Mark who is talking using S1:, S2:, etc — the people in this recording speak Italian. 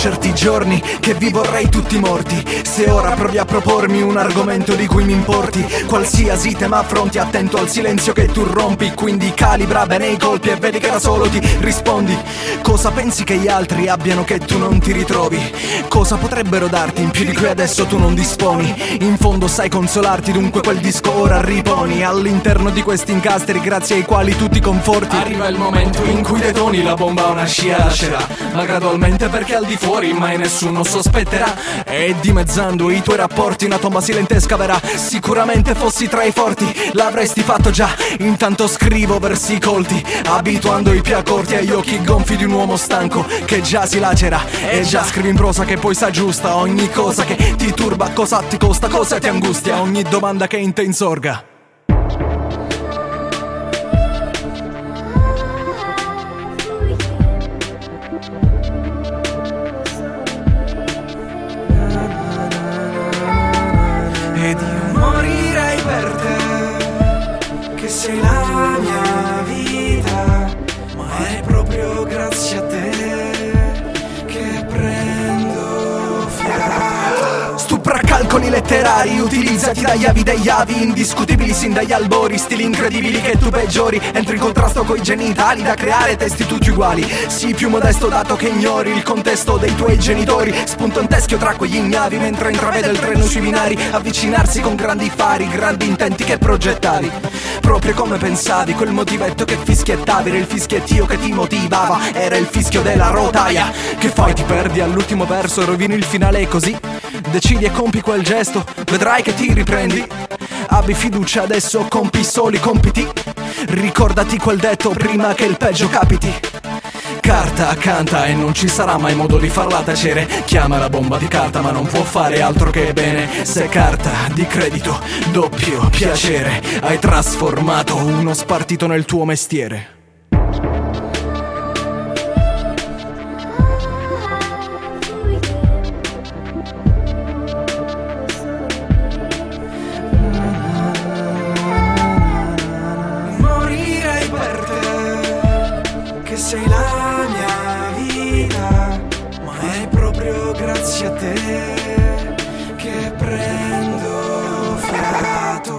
S1: certi giorni che vi vorrei tutti morti. Se ora provi a propormi un argomento di cui mi importi, qualsiasi tema affronti, attento al silenzio che tu rompi. Quindi calibra bene i colpi e vedi che da solo ti rispondi. Cosa pensi che gli altri abbiano che tu non ti ritrovi? Cosa potrebbero darti in più di cui adesso tu non disponi? In fondo sai consolarti, dunque quel disco ora riponi all'interno di questi incastri grazie ai quali tu ti conforti. Arriva il momento in cui detoni la bomba, una scia lascerà, ma gradualmente, perché al di fuori mai nessuno sospetterà. E dimezzando i tuoi rapporti una tomba silentesca verrà. Sicuramente fossi tra i forti, l'avresti fatto già. Intanto scrivo versi colti, abituando i più accorti agli occhi gonfi di un uomo stanco che già si lacera. E già scrivi in prosa che poi s'aggiusta ogni cosa che ti turba. Cosa ti costa, cosa ti angustia, ogni domanda che in te insorga.
S2: Ed io morirei per te, che sei la mia vita, ma è proprio grazie a te che prendo fiato.
S1: Stupra calcoli letterari utilizzati dagli avi degli avi, indiscutibili sin dagli albori, stili incredibili che tu peggiori. Entri in contrasto coi genitali da creare testi tutti uguali. Sii più modesto dato che ignori il contesto dei tuoi genitori. Spunto un teschio tra quegli ignavi mentre intravede il treno sui binari. Avvicinarsi con grandi fari, grandi intenti che progettavi. Proprio come pensavi, quel motivetto che fischiettavi era il fischiettio che ti motivava, era il fischio della rotaia. Che fai, ti perdi all'ultimo verso, rovini il finale e così decidi e compi quel gesto, vedrai che ti riprendi. Abbi fiducia adesso, compi soli compiti. Ricordati quel detto prima che il peggio capiti. Carta canta e non ci sarà mai modo di farla tacere. Chiama la bomba di carta ma non può fare altro che bene. Se carta di credito, doppio piacere. Hai trasformato uno spartito nel tuo mestiere.
S2: Morirei per te, che sei la mia vita, ma è proprio grazie a te che prendo fiato.